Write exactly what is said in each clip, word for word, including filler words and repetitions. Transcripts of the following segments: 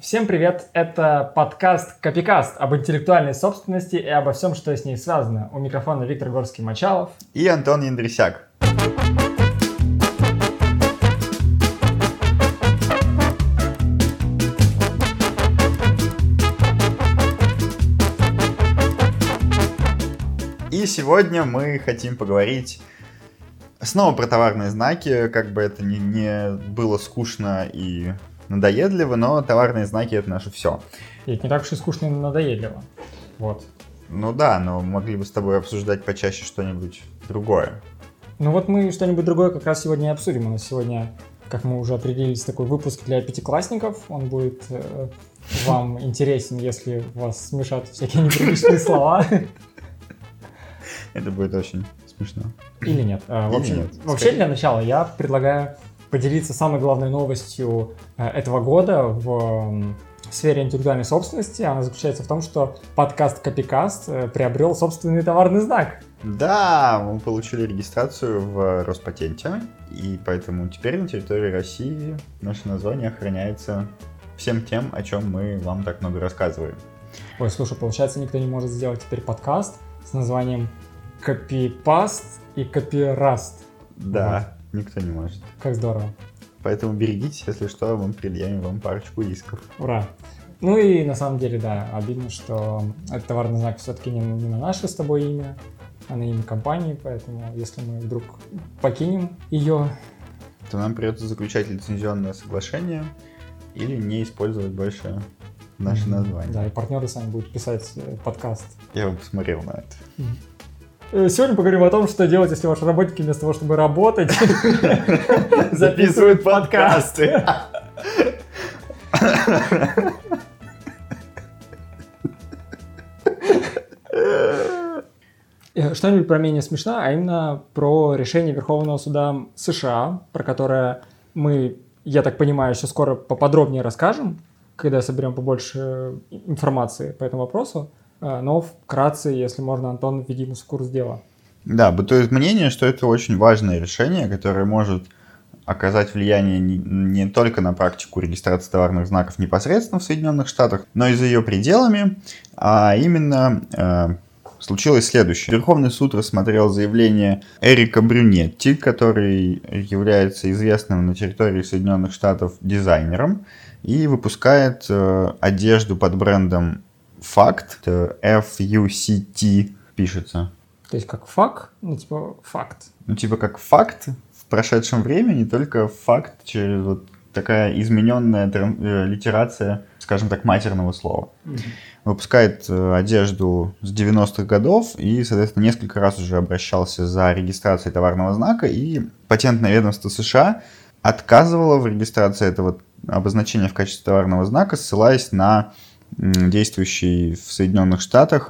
Всем привет! Это подкаст Копикаст об интеллектуальной собственности и обо всем, что с ней связано. У микрофона Виктор Горский-Мочалов и Антон Яндрисяк. И сегодня мы хотим поговорить снова про товарные знаки, как бы это ни, не было скучно и надоедливо, но товарные знаки — это наше все. И это не так уж и скучно и надоедливо. Вот. Ну да, но могли бы с тобой обсуждать почаще что-нибудь другое. Ну вот мы что-нибудь другое как раз сегодня и обсудим. У нас сегодня, как мы уже определились, такой выпуск для пятиклассников. Он будет э, вам интересен, если у вас смешат всякие непривычные слова. Это будет очень смешно. Или нет. А, Или в общем, нет. Вообще для начала я предлагаю поделиться самой главной новостью этого года в сфере интеллектуальной собственности. Она заключается в том, что подкаст Копикаст приобрел собственный товарный знак. Да, мы получили регистрацию в Роспатенте, и поэтому теперь на территории России наше название охраняется всем тем, о чем мы вам так много рассказываем. Ой, слушай, получается, никто не может сделать теперь подкаст с названием Копипаст и Копираст. Да. Вот. Никто не может. Как здорово. Поэтому берегитесь, если что, мы предъявим вам парочку исков. Ура! Ну и на самом деле, да, обидно, что этот товарный знак все-таки не, не на наше с тобой имя, а на имя компании, поэтому если мы вдруг покинем ее, то нам придется заключать лицензионное соглашение или не использовать больше наше mm-hmm. название. Да, и партнеры сами будут писать подкаст. Я бы посмотрел на это. Mm-hmm. Сегодня поговорим о том, что делать, если ваши работники вместо того, чтобы работать, записывают подкасты. Что-нибудь про менее смешно, а именно про решение Верховного суда США, про которое мы, я так понимаю, еще скоро поподробнее расскажем, когда соберем побольше информации по этому вопросу. Но вкратце, если можно, Антон, введи нас в курс дела. Да, бытует мнение, что это очень важное решение, которое может оказать влияние не, не только на практику регистрации товарных знаков непосредственно в Соединенных Штатах, но и за ее пределами. А именно э, случилось следующее. Верховный суд рассмотрел заявление Эрика Брюнетти, который является известным на территории Соединенных Штатов дизайнером и выпускает э, одежду под брендом Факт, эф ю си ти пишется. То есть как фак, ну типа факт. Ну типа как факт в прошедшем времени, только факт через вот такая измененная тран- э, литерация, скажем так, матерного слова. Mm-hmm. Выпускает э, одежду с девяностых годов и, соответственно, несколько раз уже обращался за регистрацией товарного знака, и патентное ведомство США отказывало в регистрации этого обозначения в качестве товарного знака, ссылаясь на действующий в Соединенных Штатах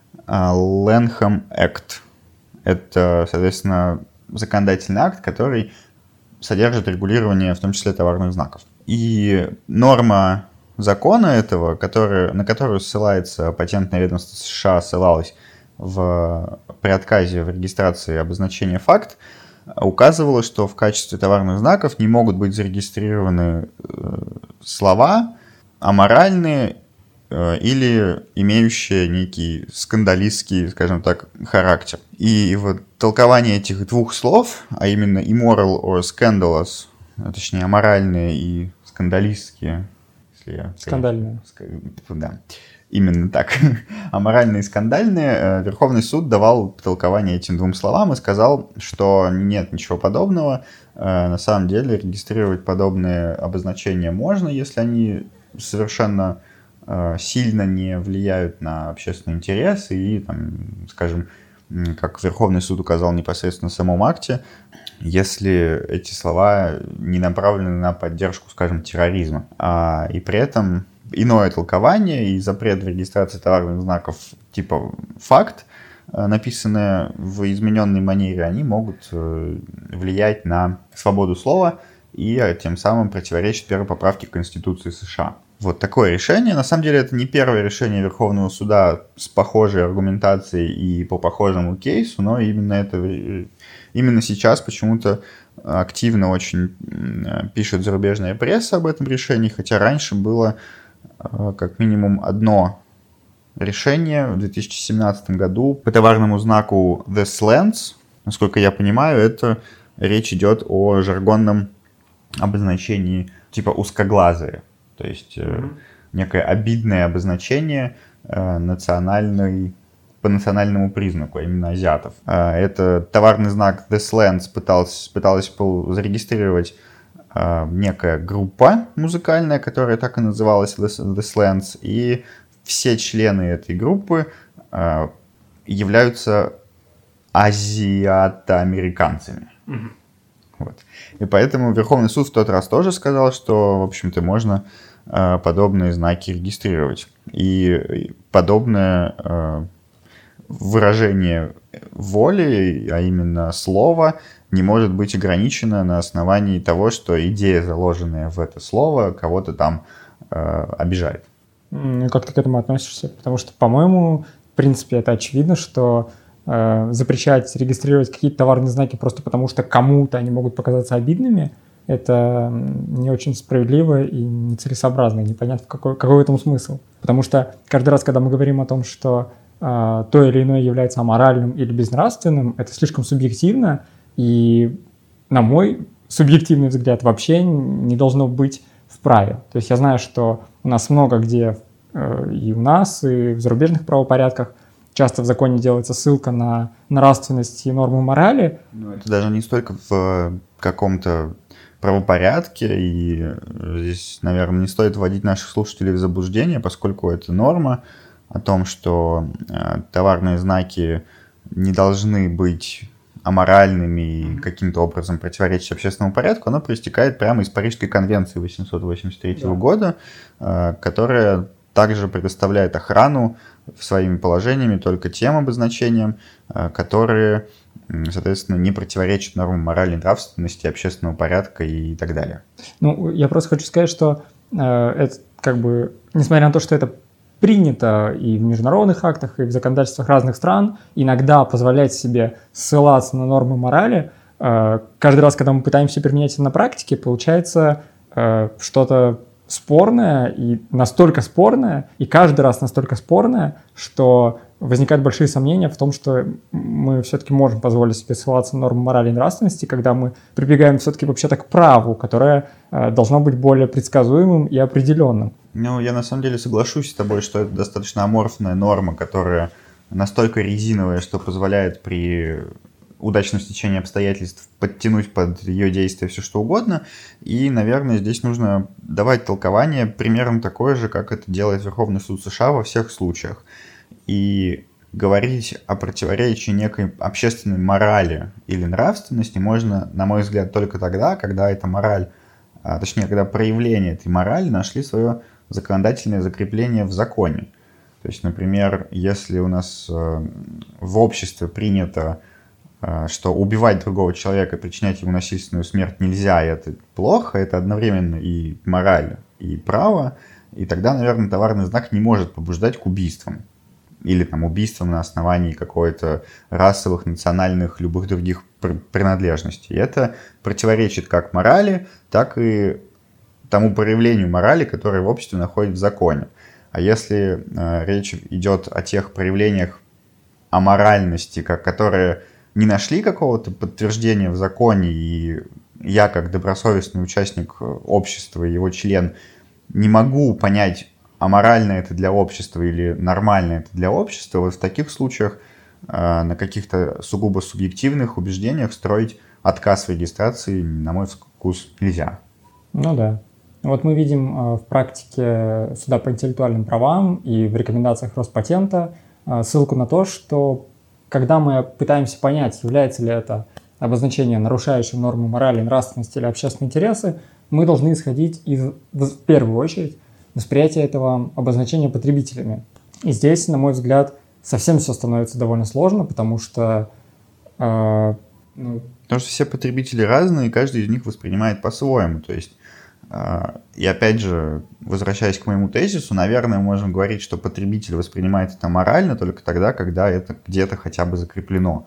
Lanham Act. Это, соответственно, законодательный акт, который содержит регулирование, в том числе, товарных знаков. И норма закона этого, который, на которую ссылается патентное ведомство США, ссылалось в, при отказе в регистрации обозначения «факт», указывала, что в качестве товарных знаков не могут быть зарегистрированы э, слова аморальные или имеющие некий скандалистский, скажем так, характер. И вот толкование этих двух слов, а именно immoral or scandalous, а точнее аморальные и скандалистские, если я... Скандальные. Да, именно так. Аморальные и скандальные. Верховный суд давал толкование этим двум словам и сказал, что нет ничего подобного. На самом деле регистрировать подобные обозначения можно, если они совершенно сильно не влияют на общественный интерес и, там, скажем, как Верховный суд указал непосредственно в самом акте, если эти слова не направлены на поддержку, скажем, терроризма. А, и при этом иное толкование и запрет в регистрации товарных знаков типа «факт», написанные в измененной манере, они могут влиять на свободу слова и тем самым противоречить первой поправке Конституции США. Вот такое решение. На самом деле это не первое решение Верховного суда с похожей аргументацией и по похожему кейсу, но именно, это, именно сейчас почему-то активно очень пишет зарубежная пресса об этом решении, хотя раньше было как минимум одно решение в две тысячи семнадцатом году по товарному знаку The Slants. Насколько я понимаю, это речь идет о жаргонном обозначении типа узкоглазые. То есть mm-hmm. некое обидное обозначение национальной, по национальному признаку, а именно азиатов. Это товарный знак The Slants пыталась, пыталась зарегистрировать некая группа музыкальная, которая так и называлась The Slants, и все члены этой группы являются азиатоамериканцами. Mm-hmm. Вот. И поэтому Верховный суд в тот раз тоже сказал, что, в общем-то, можно э, подобные знаки регистрировать. И подобное э, выражение воли, а именно слова, не может быть ограничено на основании того, что идея, заложенная в это слово, кого-то там э, обижает. Ну, как ты к этому относишься? Потому что, по-моему, в принципе, это очевидно, что запрещать регистрировать какие-то товарные знаки просто потому, что кому-то они могут показаться обидными, это не очень справедливо и нецелесообразно, и непонятно, какой, какой в этом смысл. Потому что каждый раз, когда мы говорим о том, что э, то или иное является аморальным или безнравственным, это слишком субъективно, и, на мой субъективный взгляд, вообще не должно быть в праве. То есть я знаю, что у нас много где, э, и у нас, и в зарубежных правопорядках, часто в законе делается ссылка на нравственность и нормы морали. Ну, это даже не столько в каком-то правопорядке, и здесь, наверное, не стоит вводить наших слушателей в заблуждение, поскольку это норма о том, что э, товарные знаки не должны быть аморальными и каким-то образом противоречить общественному порядку, оно проистекает прямо из Парижской конвенции восемьсот восемьдесят третьего да. года, э, которая также предоставляет охрану своими положениями только тем обозначениям, которые, соответственно, не противоречат нормам морали, нравственности, общественного порядка и так далее. Ну, я просто хочу сказать, что э, это как бы, несмотря на то, что это принято и в международных актах, и в законодательствах разных стран, иногда позволять себе ссылаться на нормы морали, э, каждый раз, когда мы пытаемся применять это на практике, получается э, что-то спорное, и настолько спорное, и каждый раз настолько спорное, что возникают большие сомнения в том, что мы все-таки можем позволить себе ссылаться на нормы морали и нравственности, когда мы прибегаем все-таки вообще-то к праву, которое э, должно быть более предсказуемым и определенным. Ну, я на самом деле соглашусь с тобой, что это достаточно аморфная норма, которая настолько резиновая, что позволяет при удачном стечении обстоятельств подтянуть под ее действие все что угодно. И, наверное, здесь нужно давать толкование примерно такое же, как это делает Верховный суд США во всех случаях. И говорить о противоречии некой общественной морали или нравственности можно, на мой взгляд, только тогда, когда эта мораль, а, точнее, когда проявления этой морали нашли свое законодательное закрепление в законе. То есть, например, если у нас э, в обществе принято, что убивать другого человека, причинять ему насильственную смерть нельзя, и это плохо, это одновременно и мораль, и право, и тогда, наверное, товарный знак не может побуждать к убийствам. Или там убийствам на основании какой-то расовых, национальных, любых других принадлежностей. И это противоречит как морали, так и тому проявлению морали, которое в обществе находится в законе. А если э, речь идет о тех проявлениях аморальности, как, которые не нашли какого-то подтверждения в законе, и я, как добросовестный участник общества и его член, не могу понять, аморально это для общества или нормально это для общества, вот в таких случаях э, на каких-то сугубо субъективных убеждениях строить отказ в регистрации, на мой вкус, нельзя. Ну да. Вот мы видим э, в практике суда по интеллектуальным правам и в рекомендациях Роспатента э, ссылку на то, что когда мы пытаемся понять, является ли это обозначение нарушающим нормы морали, нравственности или общественные интересы, мы должны исходить из, в первую очередь, восприятия этого обозначения потребителями. И здесь, на мой взгляд, совсем все становится довольно сложно, потому что... Э, ну... Потому что все потребители разные, и каждый из них воспринимает по-своему. То есть, э, и опять же, возвращаясь к моему тезису, наверное, мы можем говорить, что потребитель воспринимает это морально только тогда, когда это где-то хотя бы закреплено.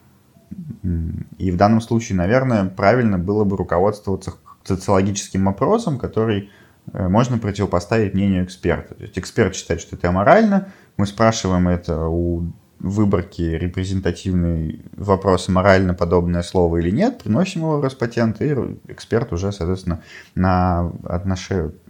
И в данном случае, наверное, правильно было бы руководствоваться социологическим опросом, который можно противопоставить мнению эксперта. То есть эксперт считает, что это аморально, мы спрашиваем это у выборки репрезентативный вопрос, морально подобное слово или нет, приносим его в Роспатент, и эксперт уже, соответственно, на, отнош...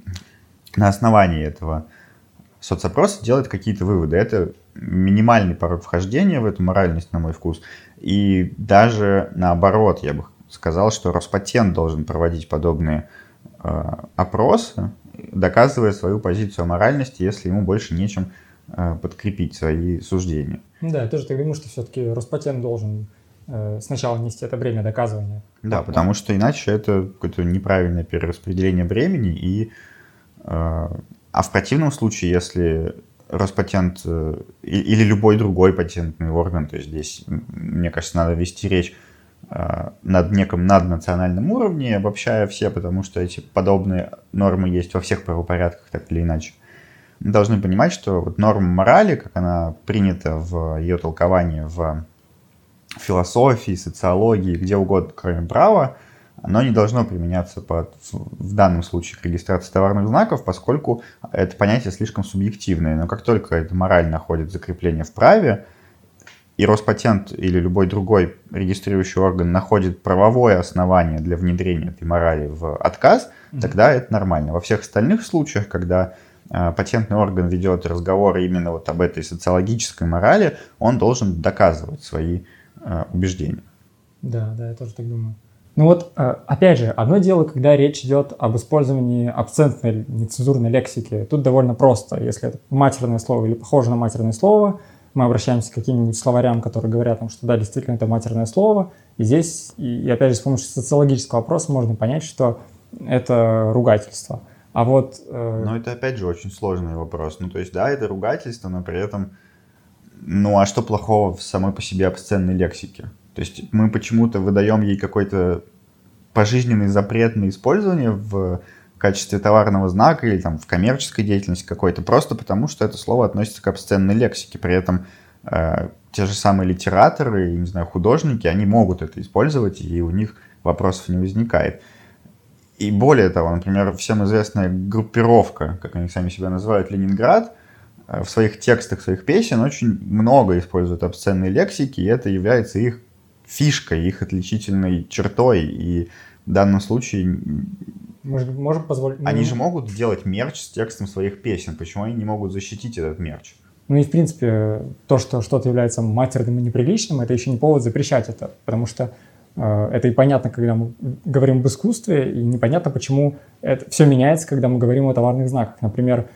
на основании этого соцопроса делает какие-то выводы. Это минимальный порог вхождения в эту моральность, на мой вкус. И даже наоборот, я бы сказал, что Роспатент должен проводить подобные э, опросы, доказывая свою позицию о моральности, если ему больше нечем э, подкрепить свои суждения. Да, я тоже так думаю, что все-таки Роспатент должен э, сначала нести это бремя доказывания. Да, потому что иначе это какое-то неправильное перераспределение бремени. И, э, а в противном случае, если Роспатент э, или любой другой патентный орган, то есть здесь, мне кажется, надо вести речь э, над неком наднациональном уровне, обобщая все, потому что эти подобные нормы есть во всех правопорядках, так или иначе. Мы должны понимать, что вот норма морали, как она принята в ее толковании в философии, социологии, где угодно, кроме права, оно не должно применяться под, в данном случае к регистрации товарных знаков, поскольку это понятие слишком субъективное. Но как только эта мораль находит закрепление в праве, и Роспатент или любой другой регистрирующий орган находит правовое основание для внедрения этой морали в отказ, mm-hmm. тогда это нормально. Во всех остальных случаях, когда э, патентный орган ведет разговоры именно вот об этой социологической морали, он должен доказывать свои э, убеждения. Да, да, я тоже так думаю. Ну вот, опять же, одно дело, когда речь идет об использовании абсцентной, нецензурной лексики. Тут довольно просто. Если это матерное слово или похоже на матерное слово, мы обращаемся к каким-нибудь словарям, которые говорят нам, что да, действительно, это матерное слово. И здесь, и опять же, с помощью социологического опроса можно понять, что это ругательство. А вот... Э... Но это, опять же, очень сложный вопрос. Ну, то есть, да, это ругательство, но при этом... Ну, а что плохого в самой по себе обсценной лексике? То есть мы почему-то выдаем ей какой-то пожизненный запрет на использование в качестве товарного знака или там в коммерческой деятельности какой-то, просто потому что это слово относится к обсценной лексике. При этом э, те же самые литераторы, не знаю, художники, они могут это использовать, и у них вопросов не возникает. И более того, например, всем известная группировка, как они сами себя называют, Ленинград, в своих текстах, своих песен очень много используют обсценной лексики, и это является их фишкой, их отличительной чертой. И в данном случае мы же можем позволить... они же могут делать мерч с текстом своих песен. Почему они не могут защитить этот мерч? Ну и в принципе то, что что-то является матерным и неприличным, это еще не повод запрещать это, потому что э, это и понятно, когда мы говорим об искусстве, и непонятно, почему это все меняется, когда мы говорим о товарных знаках. Например,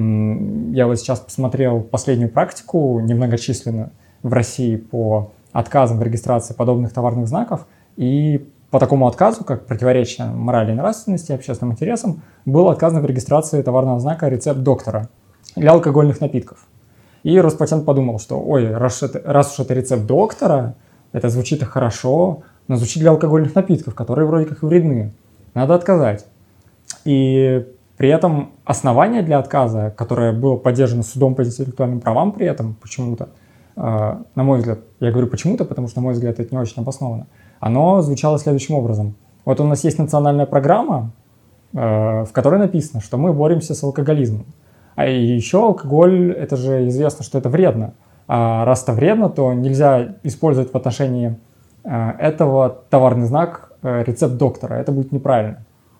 я вот сейчас посмотрел последнюю практику, немногочисленную, в России по отказам в регистрации подобных товарных знаков, и по такому отказу, как противоречие морали и нравственности и общественным интересам, было отказано в регистрации товарного знака «Рецепт доктора» для алкогольных напитков. И Роспатент подумал, что ой, раз, это, раз уж это рецепт доктора, это звучит и хорошо, но звучит для алкогольных напитков, которые вроде как и вредны. Надо отказать. И при этом основание для отказа, которое было поддержано судом по интеллектуальным правам при этом почему-то, э, на мой взгляд, я говорю почему-то, потому что, на мой взгляд, это не очень обосновано, оно звучало следующим образом. Вот у нас есть национальная программа, э, в которой написано, что мы боремся с алкоголизмом. А еще алкоголь, это же известно, что это вредно. А раз это вредно, то нельзя использовать в отношении э, этого товарный знак э, «Рецепт доктора». Это будет неправильно.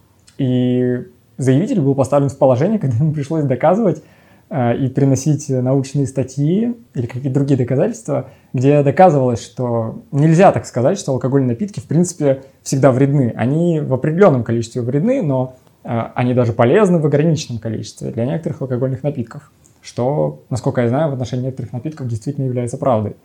И заявитель был поставлен в положение, когда ему пришлось доказывать э, и приносить научные статьи или какие-то другие доказательства, где доказывалось, что нельзя так сказать, что алкогольные напитки в принципе всегда вредны. Они в определенном количестве вредны, но э, они даже полезны в ограниченном количестве для некоторых алкогольных напитков, что, насколько я знаю, в отношении некоторых напитков действительно является правдой.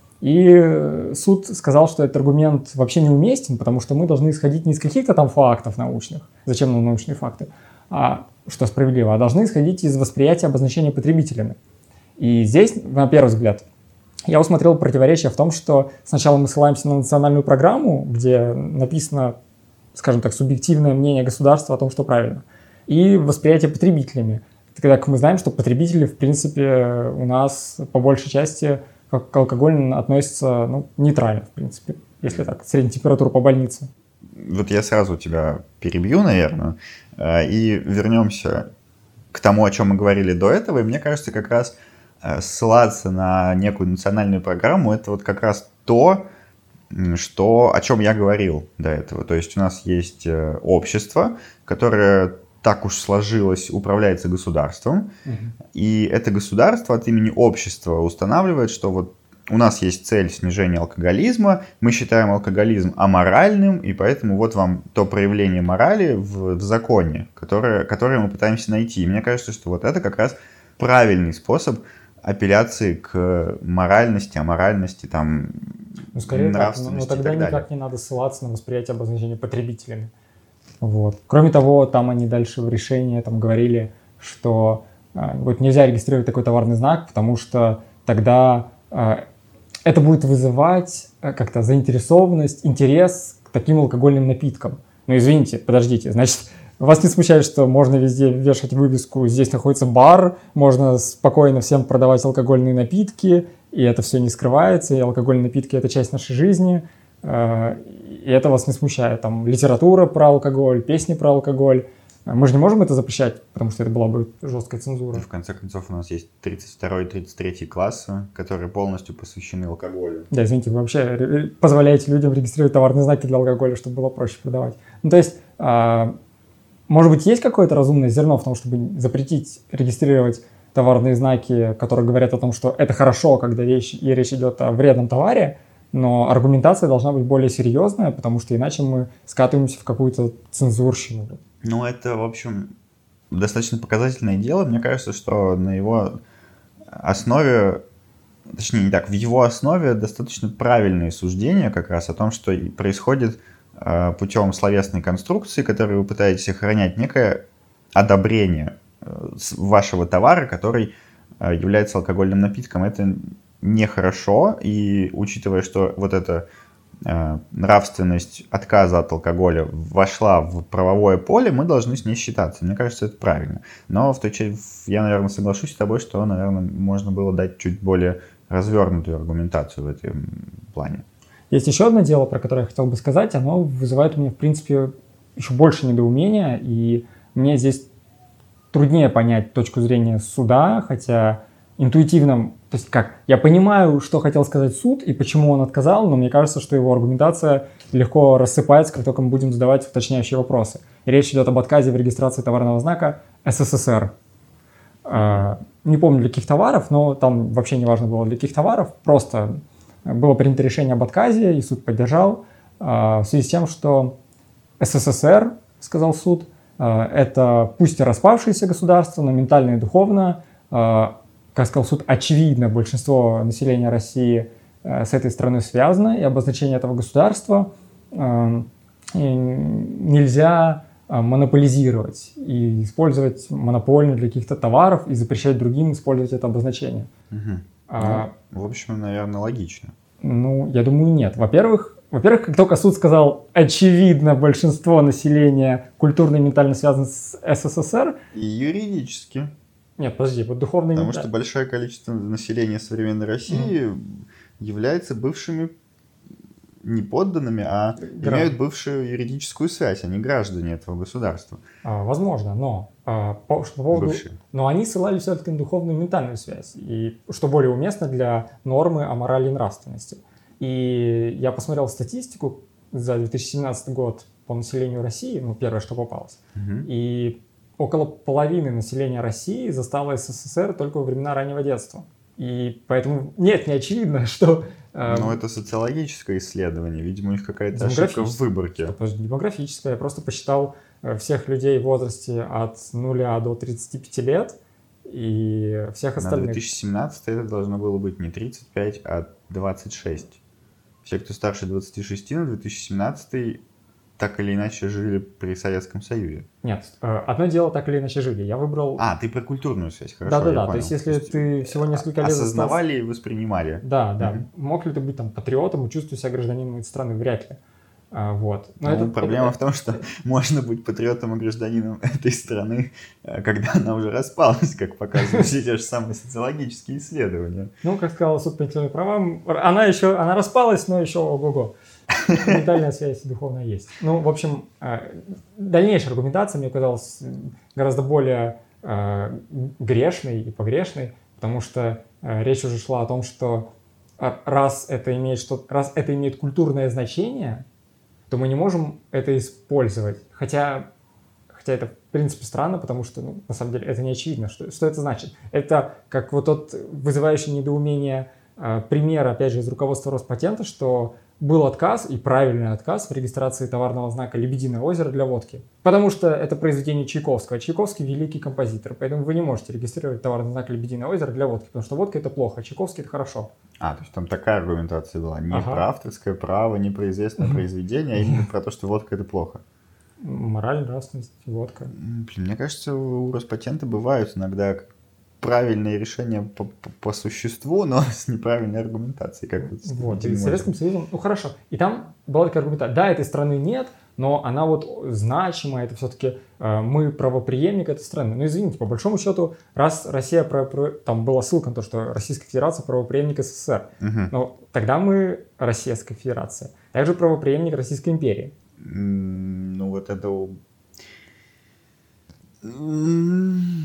И суд сказал, что этот аргумент вообще неуместен, потому что мы должны исходить не из каких-то там фактов научных, зачем нам научные факты, а, что справедливо, а должны исходить из восприятия обозначения потребителями. И здесь, на первый взгляд, я усмотрел противоречие в том, что сначала мы ссылаемся на национальную программу, где написано, скажем так, субъективное мнение государства о том, что правильно, и восприятие потребителями. Тогда как мы знаем, что потребители, в принципе, у нас по большей части к алкоголю относится ну, нейтрально, в принципе, если так, средняя температура по больнице. вот я сразу тебя перебью, наверное, и вернемся к тому, о чем мы говорили до этого. И мне кажется, как раз ссылаться на некую национальную программу, это вот как раз то, что, о чем я говорил до этого. То есть у нас есть общество, которое так уж сложилось, управляется государством, угу. И это государство от имени общества устанавливает, что вот у нас есть цель снижения алкоголизма, мы считаем алкоголизм аморальным, и поэтому вот вам то проявление морали в, в законе, которое, которое мы пытаемся найти. И мне кажется, что вот это как раз правильный способ апелляции к моральности, аморальности, там, ну, скорее нравственности. Так, но, но тогда никак не надо ссылаться на восприятие обозначения потребителями. Вот. Кроме того, там они дальше в решении там, говорили, что э, вот нельзя регистрировать такой товарный знак, потому что тогда э, это будет вызывать э, как-то заинтересованность, интерес к таким алкогольным напиткам. Ну, извините, подождите, значит, вас не смущает, что можно везде вешать вывеску, здесь находится бар, можно спокойно всем продавать алкогольные напитки, и это все не скрывается, и алкогольные напитки – это часть нашей жизни, и это вас не смущает. Там литература про алкоголь, песни про алкоголь. Мы же не можем это запрещать, потому что это была бы жесткая цензура. И в конце концов у нас есть тридцать второй и тридцать третий классы, которые полностью посвящены алкоголю. Да, извините, вы вообще позволяете людям регистрировать товарные знаки для алкоголя, чтобы было проще продавать. Ну, то есть, может быть, есть какое-то разумное зерно в том, чтобы запретить регистрировать товарные знаки, которые говорят о том, что это хорошо, когда речь, и речь идет о вредном товаре, но аргументация должна быть более серьезная, потому что иначе мы скатываемся в какую-то цензурщину. Ну, это, в общем, достаточно показательное дело. Мне кажется, что на его основе, точнее, не так, в его основе достаточно правильные суждения как раз о том, что происходит э, путем словесной конструкции, которой вы пытаетесь охранять некое одобрение э, вашего товара, который э, является алкогольным напитком. Это нехорошо, и учитывая, что вот эта э, нравственность отказа от алкоголя вошла в правовое поле, мы должны с ней считаться. Мне кажется, это правильно. Но в той части я, наверное, соглашусь с тобой, что, наверное, можно было дать чуть более развернутую аргументацию в этом плане. Есть еще одно дело, про которое я хотел бы сказать. Оно вызывает у меня, в принципе, еще больше недоумения, и мне здесь труднее понять точку зрения суда, хотя интуитивно, то есть как, я понимаю, что хотел сказать суд и почему он отказал, но мне кажется, что его аргументация легко рассыпается, как только мы будем задавать уточняющие вопросы. И речь идет об отказе в регистрации товарного знака СССР. Э, не помню для каких товаров, но там вообще не важно было для каких товаров, просто было принято решение об отказе, и суд поддержал, э, в связи с тем, что СССР, сказал суд, э, это пусть и распавшееся государство, но ментально и духовно, э, как сказал суд, очевидно, большинство населения России э, с этой страной связано, и обозначение этого государства э, нельзя э, монополизировать и использовать монопольно для каких-то товаров и запрещать другим использовать это обозначение. Угу. А, ну, в общем, наверное, логично. Ну, я думаю, нет. Во-первых, во-первых, как только суд сказал, очевидно, большинство населения культурно и ментально связано с СССР. И юридически. Нет, подожди, вот духовный... Потому что большое количество населения современной России mm. является бывшими не подданными, а Гра... имеют бывшую юридическую связь, они граждане этого государства. А, возможно, но а, по, по поводу... Бывшие. Но они ссылали все-таки на духовную и ментальную связь, и что более уместно для нормы о морали и нравственности. И я посмотрел статистику за две тысячи семнадцатый год по населению России, ну, первое, что попалось, mm-hmm. и около половины населения России застало СССР только во времена раннего детства. И поэтому нет, не очевидно, что... Э, Но это социологическое исследование. Видимо, у них какая-то ошибка в выборке. Это демографическое. Я просто посчитал всех людей в возрасте от нуля до тридцати пяти лет и всех остальных. На две тысячи семнадцатый это должно было быть не тридцать пять, а двадцать шесть. Все, кто старше двадцати шести на две тысячи семнадцатый, так или иначе жили при Советском Союзе. Нет, одно дело так или иначе жили. Я выбрал... А, ты про культурную связь, хорошо, Да-да-да, то есть если ты всего несколько лет... Осознавали остался... и воспринимали. Да, да. Mm-hmm. Мог ли ты быть там патриотом и чувствовать себя гражданином этой страны? Вряд ли. А, вот. Но ну, это, проблема это... в том, что можно быть патриотом и гражданином этой страны, когда она уже распалась, как показывают все те же самые социологические исследования. Ну, как сказала суд по интеллектуальным правам, она еще, она распалась, но еще ого-го. ментальная связь духовная есть. Ну, в общем, дальнейшая аргументация мне казалась гораздо более грешной и погрешной, потому что речь уже шла о том, что раз это имеет, что, раз это имеет культурное значение, то мы не можем это использовать. Хотя, хотя это, в принципе, странно, потому что, ну, на самом деле, это не очевидно. Что, что это значит? Это как вот тот вызывающий недоумение э, пример, опять же, из руководства Роспатента, что был отказ, и правильный отказ, в регистрации товарного знака «Лебединое озеро» для водки. Потому что это произведение Чайковского. Чайковский — великий композитор, поэтому вы не можете регистрировать товарный знак «Лебединое озеро» для водки, потому что водка — это плохо, а Чайковский — это хорошо. А, то есть там такая аргументация была. Не Ага. про авторское право, не про известное Мгм. произведение, а именно про то, что водка — это плохо. Мораль, нравственность, водка. М, Блин, мне кажется, у Роспатента бывают иногда правильные решения по, по- по существу, но с неправильной аргументацией. Как вот с Вот, и Лебединым с Советским Союзом, ну хорошо. И там была такая аргументация, да, этой страны нет, но она вот значимая, это все-таки э, мы правопреемник этой страны. Ну извините, по большому счету, раз Россия, про, про- там была ссылка на то, что Российская Федерация правопреемник СССР, Мгм. но тогда мы Российская Федерация, также правопреемник Российской империи. М, Ну вот это... у- М,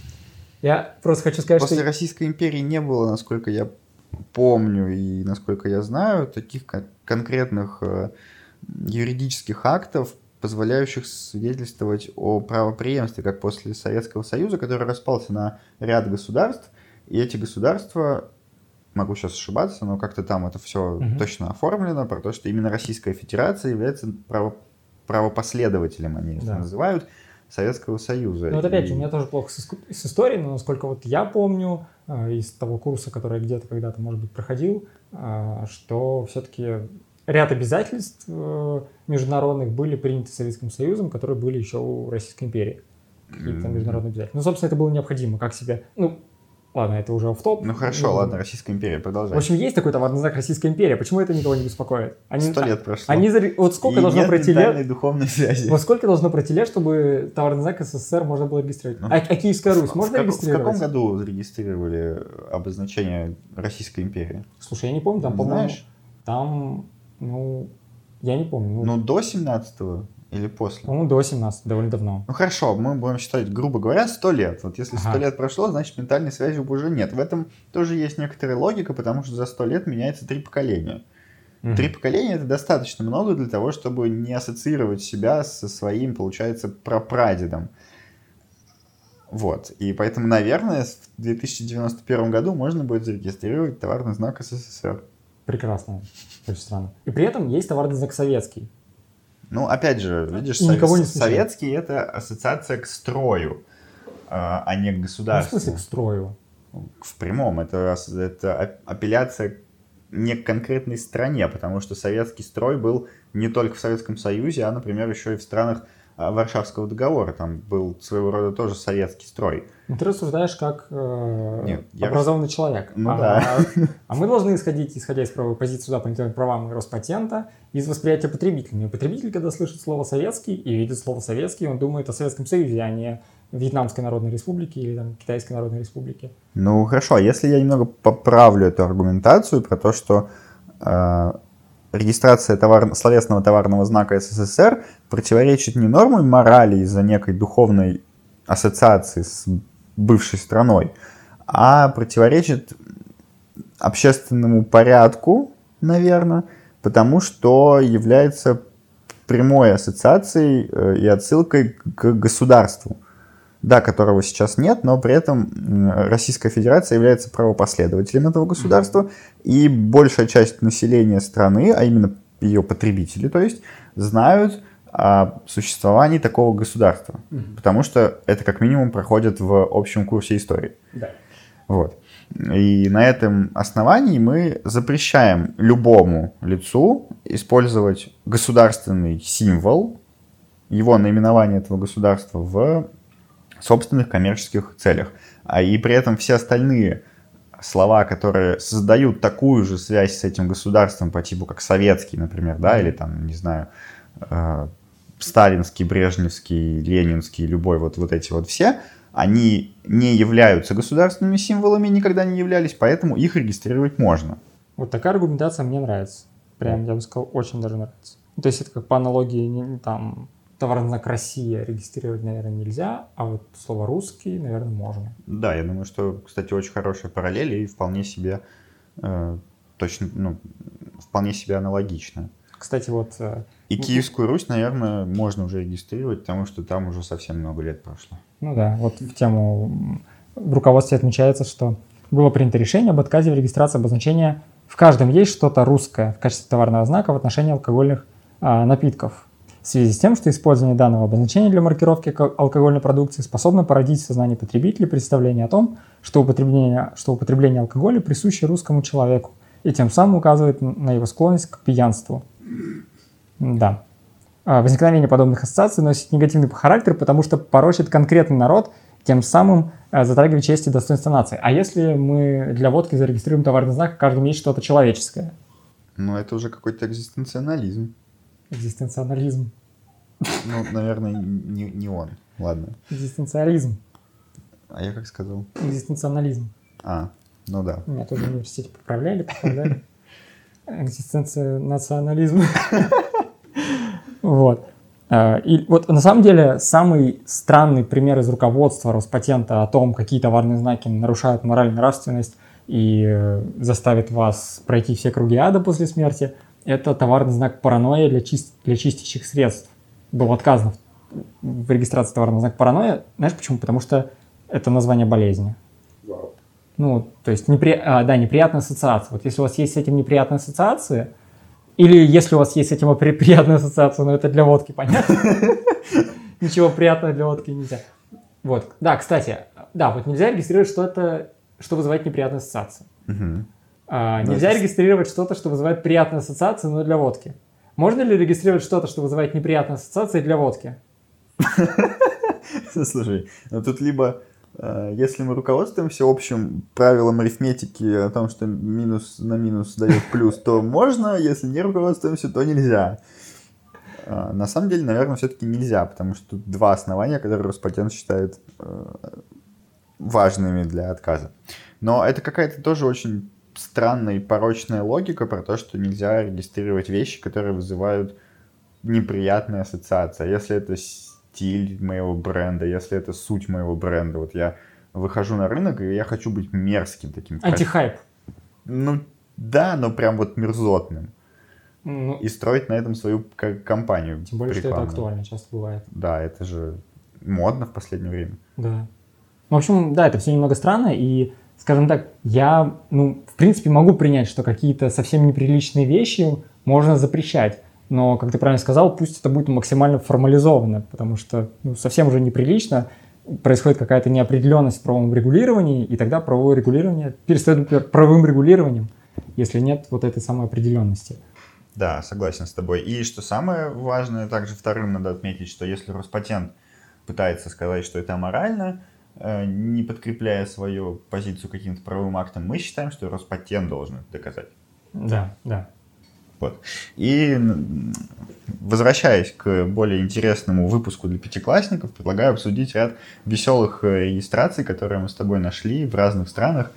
Я просто хочу сказать, После что... Российской империи не было, насколько я помню и насколько я знаю, таких кон- конкретных э, юридических актов, позволяющих свидетельствовать о правопреемстве, как после Советского Союза, который распался на ряд государств, и эти государства, могу сейчас ошибаться, но как-то там это все Мгм. точно оформлено, про то, что именно Российская Федерация является право- правопоследователем, они это Да. называют, Советского Союза. Ну вот опять же, И- у меня тоже плохо с, иску- с историей, но насколько вот я помню э, из того курса, который я где-то когда-то, может быть, проходил, э, что все-таки ряд обязательств э, международных были приняты Советским Союзом, которые были еще у Российской империи. Какие-то там М. международные обязательства. Ну, собственно, это было необходимо. Как себе... Ну, ладно, это уже офф-топ. Ну хорошо, ладно, Российская империя, В продолжай. общем, есть такой товарный знак Российская империя. Почему это никого не беспокоит? Они, Сто лет прошло. Они, заре- вот сколько И должно нет пройти ментальной лет? духовной связи. Вот сколько должно пройти лет, чтобы товарный знак СССР можно было регистрировать? Ну, а, а Киевская Русь В- можно в, как- регистрировать? В каком году зарегистрировали обозначение Российской империи? Слушай, я не помню, там, Не по-моему, знаешь? там, ну, я не помню, ну, Ну, до семнадцатого или после? по-моему, до семнадцатого, довольно давно. Ну хорошо, мы будем считать, грубо говоря, сто лет. Вот если сто Ага. лет прошло, значит ментальной связи уже нет. В этом тоже есть некоторая логика, потому что за сто лет меняется три поколения. Мгм. Три поколения — это достаточно много для того, чтобы не ассоциировать себя со своим, получается, прапрадедом. Вот. И поэтому, наверное, в две тысячи девяносто первом году можно будет зарегистрировать товарный знак СССР. Прекрасно, очень странно. И при этом есть товарный знак советский. Ну, опять же, видишь, И сове- никого не смущает. советский — это ассоциация к строю, а а не к Ну, в государству. смысле, к строю. В прямом. Это, ас- это а- апелляция не к конкретной стране, потому что советский строй был не только в Советском Союзе, а, например, еще и в странах а, Варшавского договора. Там был своего рода тоже советский строй. Ну, ты рассуждаешь как э, Нет, я образованный человек. Ну а, да. А мы должны исходить, исходя из правовой позиции суда по интеллектуальным правам и Роспатента, из восприятия потребителями. И потребитель, когда слышит слово «советский» и видит слово «советский», он думает о Советском Союзе, а не Вьетнамской Народной Республике или там, Китайской Народной Республике. Ну, хорошо. А если я немного поправлю эту аргументацию про то, что э, регистрация товар... словесного товарного знака СССР противоречит не норме морали из-за некой духовной ассоциации с бывшей страной, а противоречит общественному порядку, наверное, потому что является прямой ассоциацией э, и отсылкой к государству, да, которого сейчас нет, но при этом м, Российская Федерация является правопоследователем этого государства, и большая часть населения страны, а именно ее потребители, то есть, знают о существовании такого государства, Мгм. потому что это как минимум проходит в общем курсе истории. Да. Вот. И на этом основании мы запрещаем любому лицу использовать государственный символ, его наименование этого государства в собственных коммерческих целях. А и при этом все остальные слова, которые создают такую же связь с этим государством по типу как советский, например, да, или там, не знаю, э, сталинский, брежневский, ленинский, любой, вот, вот эти вот все, они не являются государственными символами, никогда не являлись, поэтому их регистрировать можно. Вот такая аргументация мне нравится. Прям, я бы сказал, очень даже нравится. То есть это как по аналогии, не, там, товарный знак «Россия» регистрировать, наверное, нельзя, а вот слово «русский», наверное, можно. Да, я думаю, что, кстати, очень хорошая параллель и вполне себе э, точно, ну, вполне себе аналогично. Кстати, вот... Э, и Киевскую Русь, наверное, можно уже регистрировать, потому что там уже совсем много лет прошло. Ну да, вот в тему в руководстве отмечается, что было принято решение об отказе в регистрации обозначения «в каждом есть что-то русское» в качестве товарного знака в отношении алкогольных а, напитков. В связи с тем, что использование данного обозначения для маркировки алкогольной продукции способно породить в сознании потребителей представление о том, что употребление, что употребление алкоголя присуще русскому человеку и тем самым указывает на его склонность к пьянству. Да. Возникновение подобных ассоциаций носит негативный характер, потому что порочит конкретный народ, тем самым затрагивая честь и достоинство нации. А если мы для водки зарегистрируем товарный знак, в каждом есть что-то человеческое? Ну, это уже какой-то экзистенциализм. Экзистенциализм. Ну, наверное, не, не он. Ладно. Экзистенциализм. А я как сказал? Экзистенциализм. А, ну да. Меня тоже в университете поправляли, поправляли. Экзистенционализм. Вот. И вот на самом деле самый странный пример из руководства Роспатента о том, какие товарные знаки нарушают мораль и нравственность и заставят вас пройти все круги ада после смерти, это товарный знак паранойя для, чист... для чистящих средств. Было отказано в регистрации товарного знака паранойя. Знаешь почему? Потому что это название болезни. Wow. Ну, то есть, непри... а, да, неприятная ассоциация. Вот если у вас есть с этим неприятная ассоциация, или если у вас есть с этим приятная ассоциация, но это для водки, понятно? Ничего приятного для водки нельзя. Вот, да, кстати, да, вот нельзя регистрировать что-то, что вызывает неприятную ассоциацию. А, нельзя регистрировать что-то, что вызывает приятную ассоциацию, но для водки. Можно ли регистрировать что-то, что вызывает неприятные ассоциации для водки? Слушай, ну тут либо, если мы руководствуемся общим правилом арифметики о том, что минус на минус дает плюс, то можно, если не руководствуемся, то нельзя. На самом деле, наверное, все-таки нельзя, потому что тут два основания, которые Роспатент считает важными для отказа. Но это какая-то тоже очень странная и порочная логика про то, что нельзя регистрировать вещи, которые вызывают неприятные ассоциации. Если это стиль моего бренда, если это суть моего бренда. Вот я выхожу на рынок, и я хочу быть мерзким таким. Антихайп. Ну, да, но прям вот мерзотным. Ну, и строить на этом свою компанию. Тем более, рекламную. Что это актуально часто бывает. Да, это же модно в последнее время. Да. В общем, да, это все немного странно, и, скажем так, я, ну, в принципе, могу принять, что какие-то совсем неприличные вещи можно запрещать, но, как ты правильно сказал, пусть это будет максимально формализовано, потому что ну, совсем уже неприлично, происходит какая-то неопределенность в правовом регулировании, и тогда правовое регулирование перестает быть правовым регулированием, если нет вот этой самой определенности. Да, согласен с тобой. И что самое важное, также вторым надо отметить, что если Роспатент пытается сказать, что это аморально, не подкрепляя свою позицию каким-то правовым актом, мы считаем, что Роспатент должен это доказать. Да, да. Вот. И возвращаясь к более интересному выпуску для пятиклассников, предлагаю обсудить ряд веселых регистраций, которые мы с тобой нашли в разных странах,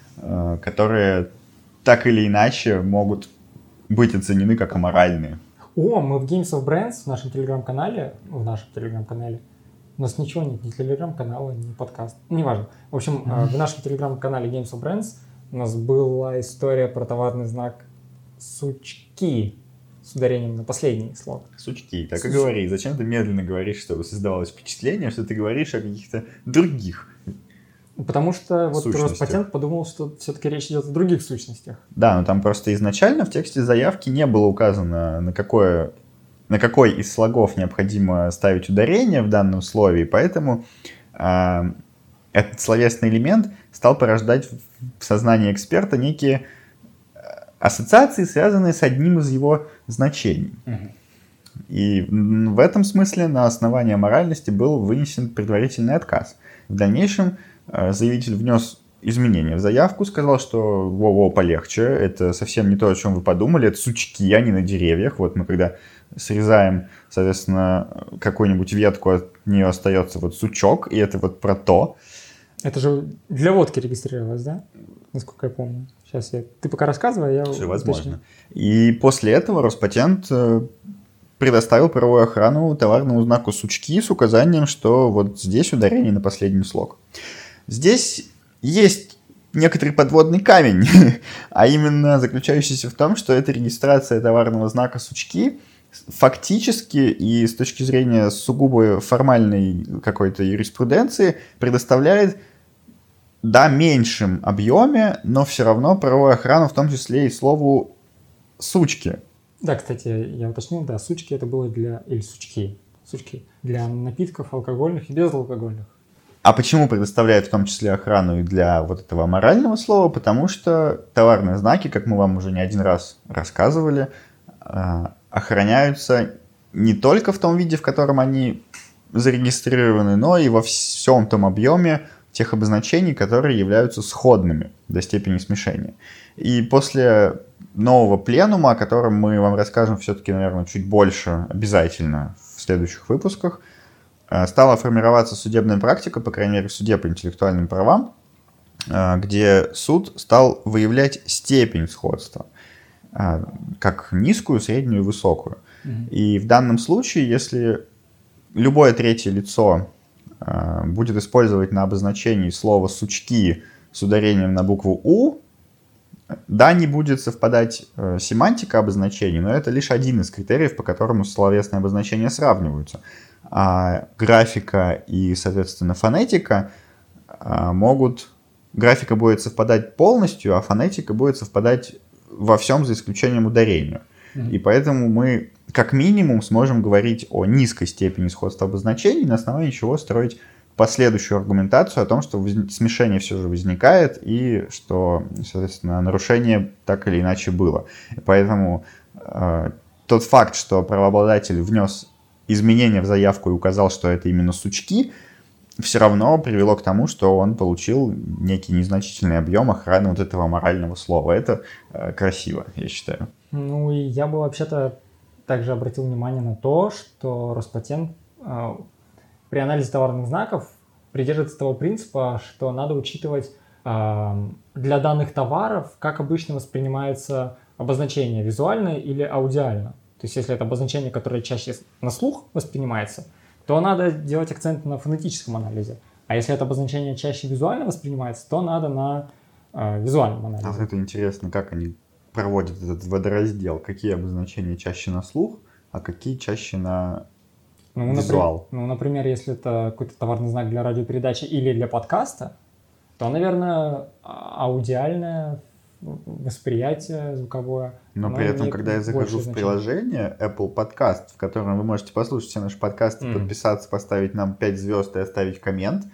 которые так или иначе могут быть оценены как аморальные. О, мы в Games of Brands в нашем телеграм-канале, в нашем телеграм-канале, у нас ничего нет, ни телеграм-канала, ни подкаст, неважно. В общем, mm-hmm. в нашем телеграм-канале Games of Brands у нас была история про товарный знак «сучки» с ударением на последний слог. Сучки, так Суч... и говори. Зачем ты медленно говоришь, чтобы создавалось впечатление, что ты говоришь о каких-то других Потому что вот Роспатент подумал, что все-таки речь идет о других сущностях. Да, но там просто изначально в тексте заявки не было указано, на какое... на какой из слогов необходимо ставить ударение в данном слове, и поэтому э, этот словесный элемент стал порождать в сознании эксперта некие ассоциации, связанные с одним из его значений. Угу. И в этом смысле на основании аморальности был вынесен предварительный отказ. В дальнейшем э, заявитель внес изменения в заявку, сказал, что во-во, полегче, это совсем не то, о чем вы подумали, это сучки, а не на деревьях. Вот мы когда срезаем, соответственно, какую-нибудь ветку, от нее остается вот сучок, и это вот про то. Это же для водки регистрировалось, да? насколько я помню. Сейчас я... Ты пока рассказывай, я... Все возможно. И после этого Роспатент предоставил правовую охрану товарному знаку сучки с указанием, что вот здесь ударение на последний слог. Здесь есть некоторый подводный камень, а именно заключающийся в том, что эта регистрация товарного знака сучки фактически и с точки зрения сугубо формальной какой-то юриспруденции предоставляет, да, меньшем объеме, но все равно правовую охрану, в том числе и слову сучки. Да, кстати, я уточнил, да, сучки это было для... Или сучки. Сучки. Для напитков алкогольных и безалкогольных. А почему предоставляет в том числе охрану и для вот этого аморального слова? Потому что товарные знаки, как мы вам уже не один раз рассказывали, охраняются не только в том виде, в котором они зарегистрированы, но и во всем том объеме тех обозначений, которые являются сходными до степени смешения. И после нового пленума, о котором мы вам расскажем все-таки, наверное, чуть больше обязательно в следующих выпусках, стала формироваться судебная практика, по крайней мере, в суде по интеллектуальным правам, где суд стал выявлять степень сходства, как низкую, среднюю и высокую. Mm-hmm. И в данном случае, если любое третье лицо будет использовать на обозначении слово «сучки» с ударением на букву «у», да, не будет совпадать семантика обозначений, но это лишь один из критериев, по которому словесные обозначения сравниваются. А графика и, соответственно, фонетика могут... Графика будет совпадать полностью, а фонетика будет совпадать во всем за исключением ударения. Mm-hmm. И поэтому мы как минимум сможем говорить о низкой степени сходства обозначений, на основании чего строить последующую аргументацию о том, что смешение все же возникает и что, соответственно, нарушение так или иначе было. И поэтому э, тот факт, что правообладатель внес изменения в заявку и указал, что это именно сучки, все равно привело к тому, что он получил некий незначительный объем охраны вот этого аморального слова. Это э, красиво, я считаю. Ну и я бы вообще-то также обратил внимание на то, что Роспатент э, при анализе товарных знаков придерживается того принципа, что надо учитывать э, для данных товаров, как обычно воспринимается обозначение, визуально или аудиально. То есть если это обозначение, которое чаще на слух воспринимается, то надо делать акцент на фонетическом анализе. А если это обозначение чаще визуально воспринимается, то надо на э, визуальном анализе. А это интересно, как они проводят этот водораздел. Какие обозначения чаще на слух, а какие чаще на ну, визуал. Например, ну, например, если это какой-то товарный знак для радиопередачи или для подкаста, то, наверное, аудиальное восприятие звуковое. Но при этом, когда я захожу в приложение Apple Podcast, в котором вы можете послушать все наши подкасты, mm. подписаться, поставить нам пять звезд и оставить коммент,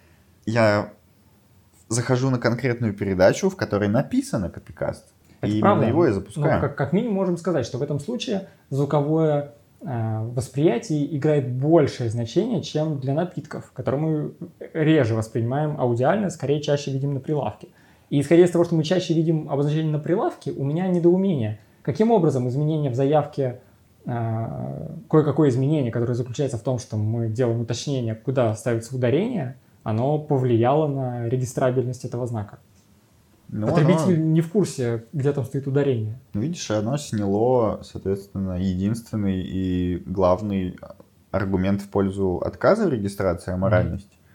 я захожу на конкретную передачу, в которой написано копикаст. Это и правда. Именно его я запускаю. Ну, как, как минимум можем сказать, что в этом случае звуковое э, восприятие играет большее значение, чем для напитков, которые мы реже воспринимаем аудиально, скорее чаще видим на прилавке. И исходя из того, что мы чаще видим обозначение на прилавке, у меня недоумение. Каким образом изменение в заявке, э, кое-какое изменение, которое заключается в том, что мы делаем уточнение, куда ставится ударение, оно повлияло на регистрабельность этого знака? Ну, Потребитель оно... не в курсе, где там стоит ударение. Видишь, оно сняло, соответственно, единственный и главный аргумент в пользу отказа в регистрации аморальности. Mm-hmm.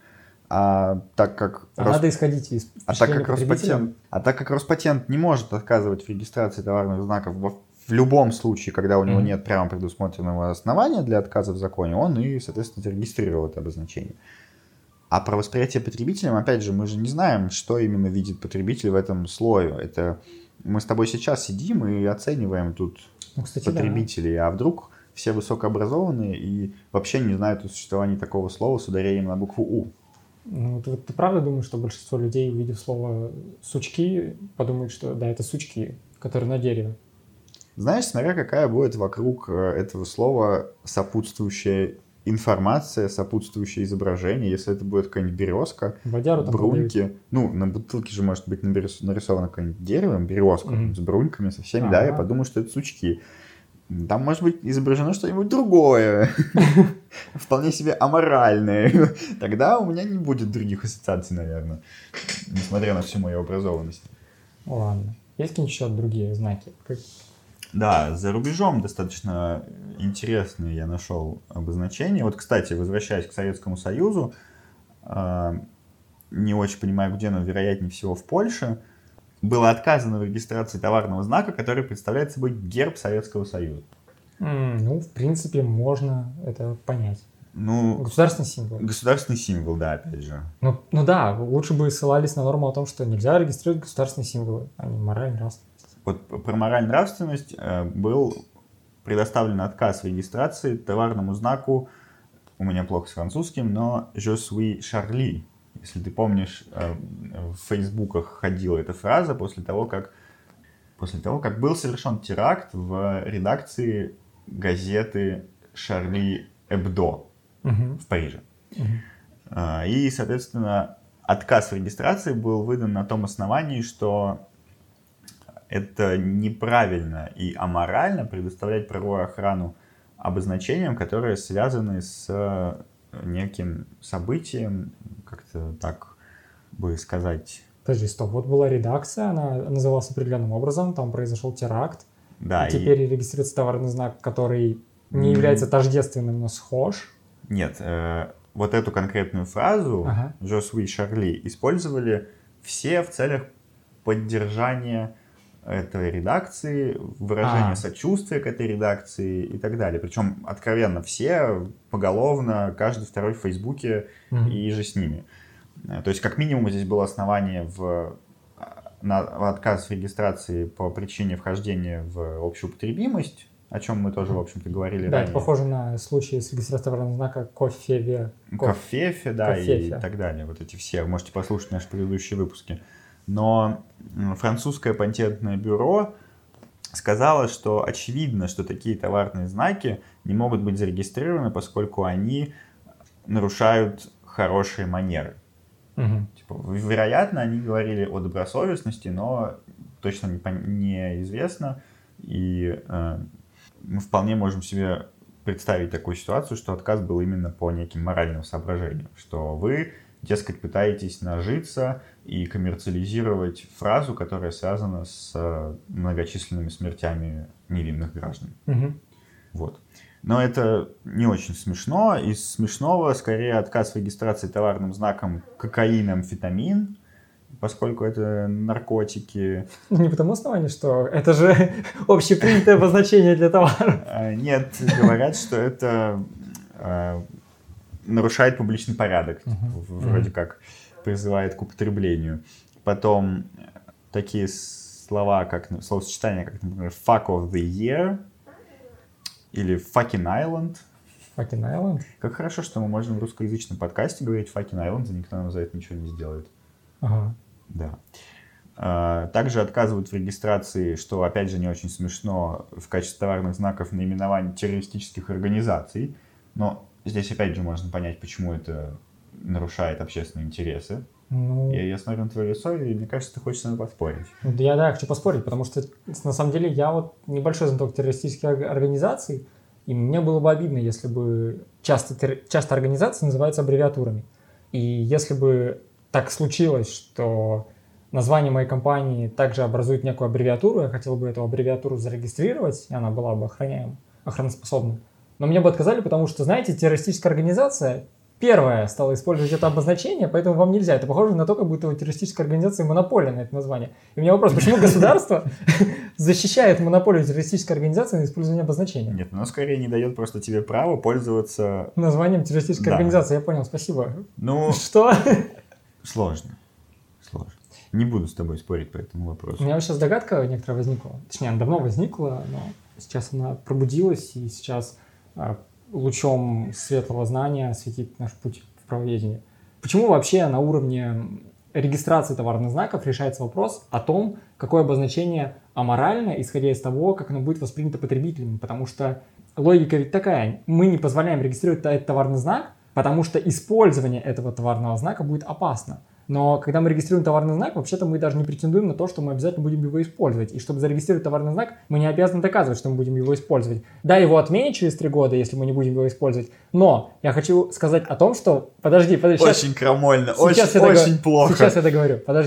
А так как, а Рос... надо исходить из а так как Роспатент, а так как Роспатент не может отказывать в регистрации товарных знаков в, в любом случае, когда у него mm-hmm. нет прямо предусмотренного основания для отказа в законе, он и, соответственно, зарегистрировал это обозначение. А про восприятие потребителем, опять же, мы же не знаем, что именно видит потребитель в этом слое. Это мы с тобой сейчас сидим и оцениваем тут ну, кстати, потребителей, да. А вдруг все высокообразованные и вообще не знают о существовании такого слова с ударением на букву «у». Ну, ты, ты правда думаешь, что большинство людей, увидев слово «сучки», подумают, что да, это сучки, которые на дереве? Знаешь, смотря какая будет вокруг этого слова сопутствующая информация, сопутствующее изображение. Если это будет какая-нибудь березка, бруньки. Ну, на бутылке же может быть нарисовано какое-нибудь дерево, березка mm-hmm. с бруньками, со всеми, ага. Да, я подумаю, что это сучки. Там может быть изображено что-нибудь другое, вполне себе аморальное. Тогда у меня не будет других ассоциаций, наверное, несмотря на всю мою образованность. Ладно. Есть какие-нибудь еще другие знаки? Как... Да, за рубежом достаточно интересные я нашел обозначения. Вот, кстати, возвращаясь к Советскому Союзу, не очень понимаю где, но вероятнее всего в Польше, было отказано в регистрации товарного знака, который представляет собой герб Советского Союза. Mm, ну, в принципе, можно это понять. Ну, государственный символ. Государственный символ, да, опять же. Ну, ну да, лучше бы ссылались на норму о том, что нельзя регистрировать государственные символы, а не моральную нравственность. Вот про моральную нравственность э, был предоставлен отказ в регистрации товарному знаку, у меня плохо с французским, но «Je suis Charlie». Если ты помнишь, э, в фейсбуках ходила эта фраза после того, как, после того, как был совершен теракт в редакции газеты «Шарли Эбдо» uh-huh. в Париже. Uh-huh. И, соответственно, отказ в регистрации был выдан на том основании, что это неправильно и аморально предоставлять правовую охрану обозначениям, которые связаны с неким событием, как-то так бы сказать. Подожди, стоп, вот была редакция, она называлась определенным образом, там произошел теракт, да, и теперь и... регистрируется товарный знак, который не является тождественным, но схож. Нет, э, вот эту конкретную фразу ага. «Je suis Charlie» использовали все в целях поддержания этой редакции, выражения а. сочувствия к этой редакции и так далее. Причем откровенно все, поголовно, каждый второй в Фейсбуке mm-hmm. и же с ними. То есть как минимум здесь было основание в, на в отказ в регистрации по причине вхождения в общеупотребимость, о чем мы тоже, в общем-то, говорили да, ранее. Это похоже на случай с регистрацией товарного знака кофеве. Кофефе, да, Кофефе. И так далее. Вот эти все. Можете послушать наши предыдущие выпуски. Но французское патентное бюро сказало, что очевидно, что такие товарные знаки не могут быть зарегистрированы, поскольку они нарушают хорошие манеры. Угу. Типа, вероятно, они говорили о добросовестности, но точно не, неизвестно. И э, мы вполне можем себе представить такую ситуацию, что отказ был именно по неким моральным соображениям, что вы, дескать, пытаетесь нажиться и коммерциализировать фразу, которая связана с многочисленными смертями невинных граждан. Угу. Вот. Но это не очень смешно. Из смешного скорее отказ в регистрации товарным знаком кокаин, амфетамин, поскольку это наркотики. Не по тому основанию, что это же общепринятое обозначение для товара. Нет, говорят, что это нарушает публичный порядок, uh-huh. вроде uh-huh. как призывает к употреблению. Потом такие слова, как словосочетания, как, например, fuck of the year или fucking island. Fucking island? Как хорошо, что мы можем в русскоязычном подкасте говорить fucking island, и никто нам за это ничего не сделает. Ага. Да. Также отказывают в регистрации, что, опять же, не очень смешно, в качестве товарных знаков наименований террористических организаций. Но здесь, опять же, можно понять, почему это нарушает общественные интересы. Ну... Я, я смотрю на твое лицо, и мне кажется, ты хочешь со мной поспорить. Я, да, хочу поспорить, потому что, на самом деле, я вот небольшой знаток террористических организаций, и мне было бы обидно, если бы часто, часто организации называются аббревиатурами. И если бы так случилось, что название моей компании также образует некую аббревиатуру, я хотел бы эту аббревиатуру зарегистрировать, и она была бы охраняема, охраноспособна. Но мне бы отказали, потому что, знаете, террористическая организация первая стала использовать это обозначение, поэтому вам нельзя. Это похоже на то, как будто у террористической организации монополия на это название. И у меня вопрос, почему государство защищает монополию террористической организации на использование обозначения? Нет, оно скорее не дает просто тебе право пользоваться... названием террористической организации, я понял, спасибо. Ну... Что? Сложно. Сложно. Не буду с тобой спорить по этому вопросу. У меня сейчас догадка некоторая возникла. Точнее, она давно возникла, но сейчас она пробудилась, и сейчас лучом светлого знания осветит наш путь в правоведении. Почему вообще на уровне регистрации товарных знаков решается вопрос о том, какое обозначение аморально, исходя из того, как оно будет воспринято потребителями? Потому что логика ведь такая. Мы не позволяем регистрировать этот товарный знак, потому что использование этого товарного знака будет опасно. Но когда мы регистрируем товарный знак, вообще-то мы даже не претендуем на то, что мы обязательно будем его использовать. И чтобы зарегистрировать товарный знак, мы не обязаны доказывать, что мы будем его использовать. Да, его отменят через три года, если мы не будем его использовать. Но я хочу сказать о том, что... Подожди, подожди. Очень сейчас... крамольно, сейчас очень, очень договор... плохо. Сейчас я договорю, подожди.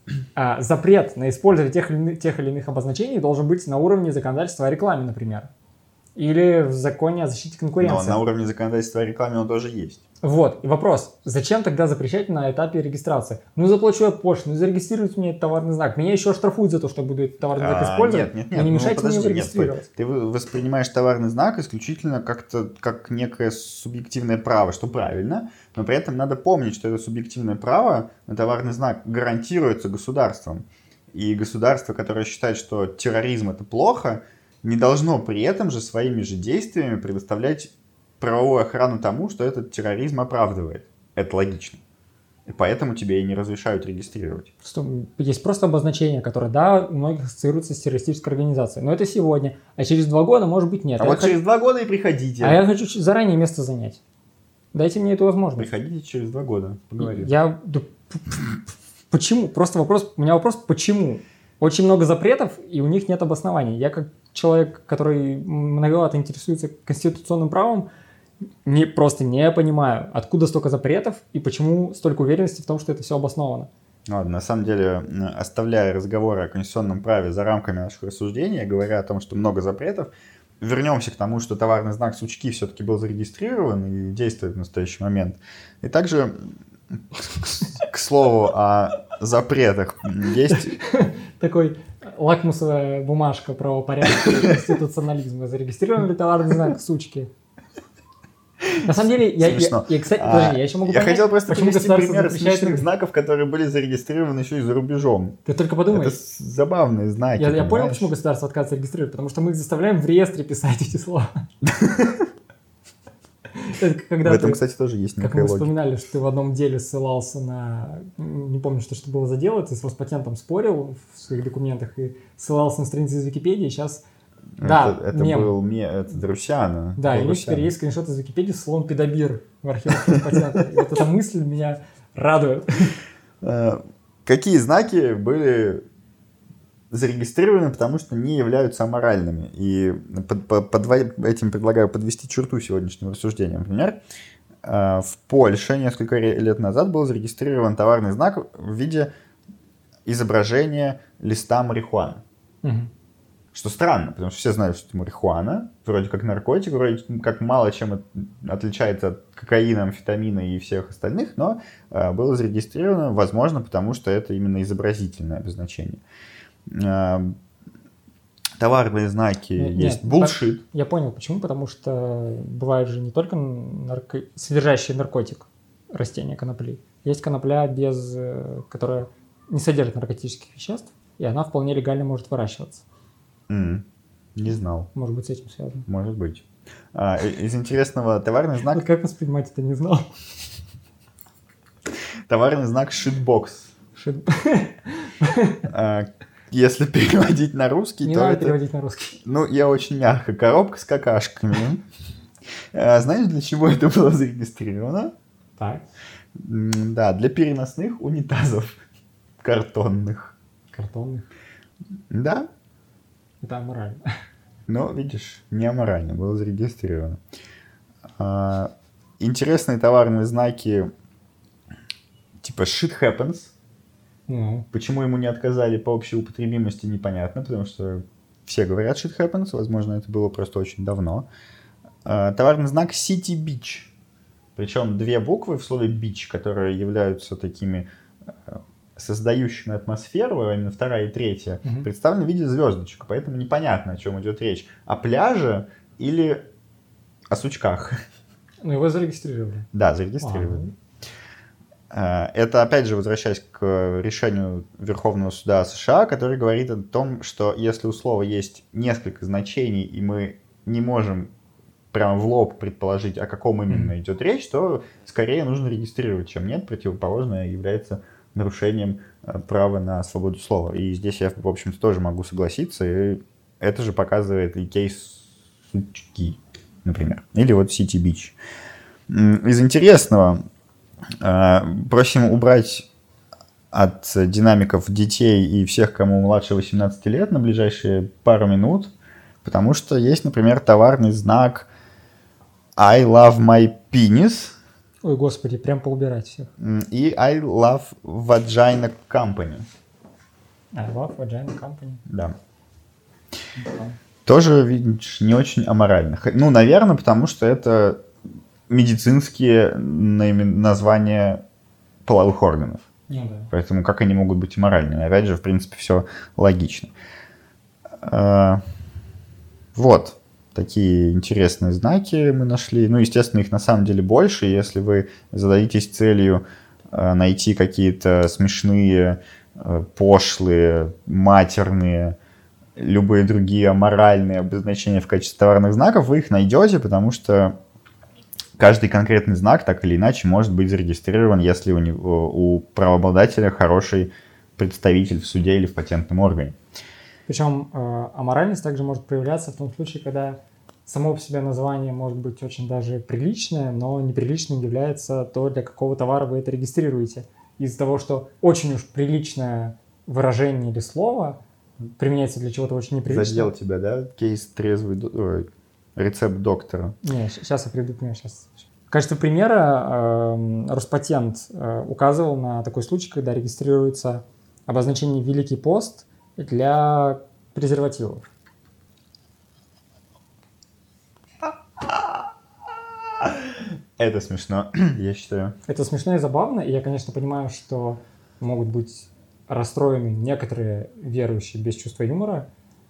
а, запрет на использование тех или, иных, тех или иных обозначений должен быть на уровне законодательства о рекламе, например. Или в законе о защите конкуренции. Но на уровне законодательства о рекламе он тоже есть. Вот. И вопрос, зачем тогда запрещать на этапе регистрации? Ну, заплачу я пошлину, ну, зарегистрируйте мне этот товарный знак. Меня еще оштрафуют за то, что я буду этот товарный знак а, использовать. Нет, нет, нет. Но не ну, мешайте подожди, мне его регистрировать. Нет, ты воспринимаешь товарный знак исключительно как-то как некое субъективное право, что правильно, но при этом надо помнить, что это субъективное право на товарный знак гарантируется государством. И государство, которое считает, что терроризм это плохо, не должно при этом же своими же действиями предоставлять правовую охрану тому, что этот терроризм оправдывает. Это логично. И поэтому тебе и не разрешают регистрировать. Есть просто обозначение, которое, да, у многих ассоциируется с террористической организацией. Но это сегодня. А через два года, может быть, нет. А, а вот через хочу... два года и приходите. А я хочу заранее место занять. Дайте мне эту возможность. Приходите через два года, поговорим. Я... Почему? Просто вопрос... У меня вопрос, почему? Очень много запретов, и у них нет обоснований. Я как человек, который многовато интересуется конституционным правом, не, просто не понимаю, откуда столько запретов и почему столько уверенности в том, что это все обосновано. Ладно, на самом деле, оставляя разговоры о конституционном праве за рамками наших рассуждений, говоря о том, что много запретов, вернемся к тому, что товарный знак «Сучки» все-таки был зарегистрирован и действует в настоящий момент. И также, к слову, о запретах есть... Такой лакмусовая бумажка правопорядка и конституционализма. Зарегистрирован ли товарный знак «Сучки»? На самом деле, я, я, я, кстати, а, подожди, я еще могу я понять, хотел просто почему привести пример смешных знаков, которые были зарегистрированы еще и за рубежом. Ты только подумай. Это забавные знаки. Я, я понял, почему государство отказывается регистрировать, потому что мы их заставляем в реестре писать эти слова. В этом, кстати, тоже есть некая логика. Как мы вспоминали, что ты в одном деле ссылался на... Не помню, что это было за дело, ты с Роспатентом спорил в своих документах и ссылался на страницы из Википедии, сейчас... Да, это, это был ме... это Друсяна. Да, и у них теперь есть скриншот из Википедии с словом «педобир» в архивах Роспатента. И вот эта мысль меня радует. Какие знаки были зарегистрированы, потому что не являются аморальными? И под, под, под этим предлагаю подвести черту сегодняшнего рассуждения. Например, в Польше несколько лет назад был зарегистрирован товарный знак в виде изображения листа марихуаны. Угу. Что странно, потому что все знают, что это марихуана, вроде как наркотик, вроде как мало чем отличается от кокаина, амфетамина и всех остальных, но э, было зарегистрировано, возможно, потому что это именно изобразительное обозначение. Э, товарные знаки нет, есть булшит. Я понял, почему, потому что бывает же не только нарко... содержащий наркотик растения конопли, есть конопля, без... которая не содержит наркотических веществ, и она вполне легально может выращиваться. Mm, не знал. Может быть, с этим связано. Может быть. А, из интересного товарный знак... Вот как воспринимать это, не знал. Товарный знак «Шитбокс». Шит... А, если переводить на русский, не то надо это... переводить на русский. Ну, я очень мягко. Коробка с какашками. А, знаешь, для чего это было зарегистрировано? Так. Да, для переносных унитазов картонных. Картонных? Да. Это аморально. Но, видишь, не аморально, было зарегистрировано. А, интересные товарные знаки типа shit happens. Mm. Почему ему не отказали по общей употребимости, непонятно, потому что все говорят shit happens, возможно, это было просто очень давно. А, товарный знак City Beach. Причем две буквы в слове beach, которые являются такими... создающими атмосферу, а именно вторая и третья, угу. представлены в виде звездочек. Поэтому непонятно, о чем идет речь. О пляже или о сучках. Ну, его зарегистрировали. Да, зарегистрировали. А. Это, опять же, возвращаясь к решению Верховного суда США, который говорит о том, что если у слова есть несколько значений, и мы не можем прямо в лоб предположить, о каком именно mm. идет речь, то скорее нужно регистрировать, чем нет. Противоположное является нарушением права на свободу слова. И здесь я, в общем-то, тоже могу согласиться. И это же показывает и кейс Сучки, например. Или вот City Beach. Из интересного просим убрать от динамиков детей и всех, кому младше восемнадцати лет на ближайшие пару минут, потому что есть, например, товарный знак I love my penis. Ой, господи, прям поубирать всех. И I love vagina company. I love vagina company. Да. Да. Тоже, видишь, не очень аморально. Х- Ну, наверное, потому что это медицинские наимен- названия половых органов. Ну да. Поэтому как они могут быть аморальными? Опять же, в принципе, все логично. А, Вот. Такие интересные знаки мы нашли. Ну, естественно, их на самом деле больше. Если вы зададитесь целью э, найти какие-то смешные, э, пошлые, матерные, любые другие аморальные обозначения в качестве товарных знаков, вы их найдете, потому что каждый конкретный знак так или иначе может быть зарегистрирован, если у, него, у правообладателя хороший представитель в суде или в патентном органе. Причем э, аморальность также может проявляться в том случае, когда само по себе название может быть очень даже приличное, но неприличным является то, для какого товара вы это регистрируете. Из-за того, что очень уж приличное выражение или слово применяется для чего-то очень неприличного. Задел тебя, да? Кейс трезвый, до- ой, рецепт доктора. Не, сейчас я приведу пример. Сейчас. В качестве примера э, Роспатент э, указывал на такой случай, когда регистрируется обозначение «Великий пост» для презервативов. Это смешно, я считаю. Это смешно и забавно, и я, конечно, понимаю, что могут быть расстроены некоторые верующие без чувства юмора,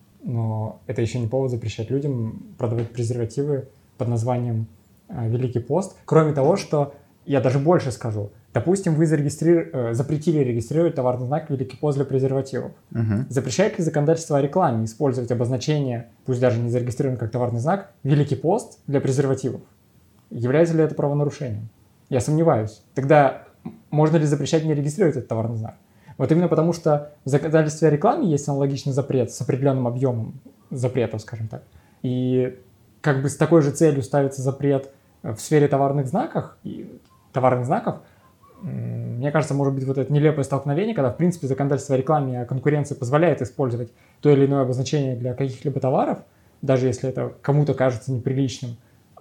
но это еще не повод запрещать людям продавать презервативы под названием э, «Великий пост». Кроме того, что я даже больше скажу. Допустим, вы зарегистри... э, запретили регистрировать товарный знак «Великий пост» для презервативов. Угу. Запрещает ли законодательство о рекламе использовать обозначение, пусть даже не зарегистрирован как товарный знак, «Великий пост» для презервативов? Является ли это правонарушением? Я сомневаюсь. Тогда можно ли запрещать не регистрировать этот товарный знак? Вот именно потому, что в законодательстве о рекламе есть аналогичный запрет с определенным объемом запретов, скажем так. И как бы с такой же целью ставится запрет в сфере товарных знаков, и товарных знаков, мне кажется, может быть вот это нелепое столкновение, когда, в принципе, законодательство о рекламе и о конкуренции позволяет использовать то или иное обозначение для каких-либо товаров, даже если это кому-то кажется неприличным,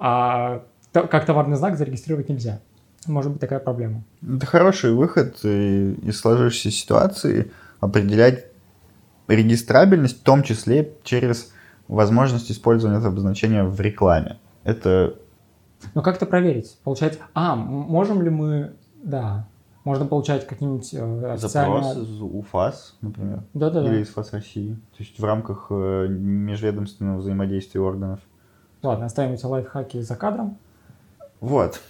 а как товарный знак зарегистрировать нельзя. Может быть такая проблема. Это хороший выход из сложившейся ситуации, определять регистрабельность, в том числе через возможность использования этого обозначения в рекламе. Это... Ну как это проверить? Получается, а, можем ли мы, да, можно получать какие-нибудь э, официальные... Запрос из УФАС, например, Да-да-да. или из ФАС России, то есть в рамках э, межведомственного взаимодействия органов. Ладно, оставим эти лайфхаки за кадром. Вот.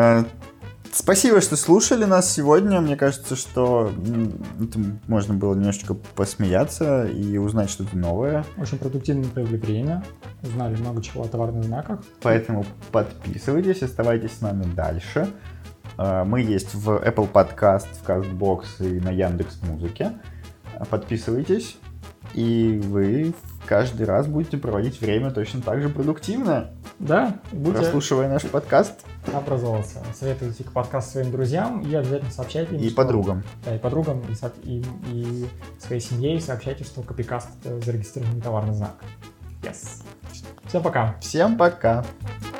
Спасибо, что слушали нас сегодня. Мне кажется, что это можно было немножечко посмеяться и узнать что-то новое. Очень продуктивно провели время, узнали много чего о товарных знаках. Поэтому подписывайтесь, оставайтесь с нами дальше. Мы есть в Apple Podcast, в CastBox и на Яндекс.Музыке. Подписывайтесь, и вы каждый раз будете проводить время точно так же продуктивно. Да, будете прослушивая наш подкаст. Образовываться. Советуйте подкаст своим друзьям и обязательно сообщайте им. И что... подругам. Да, и подругам, и, со... и... и своей семье, и сообщайте, что Копикаст — это зарегистрированный товарный знак. Yes. Всем пока. Всем пока.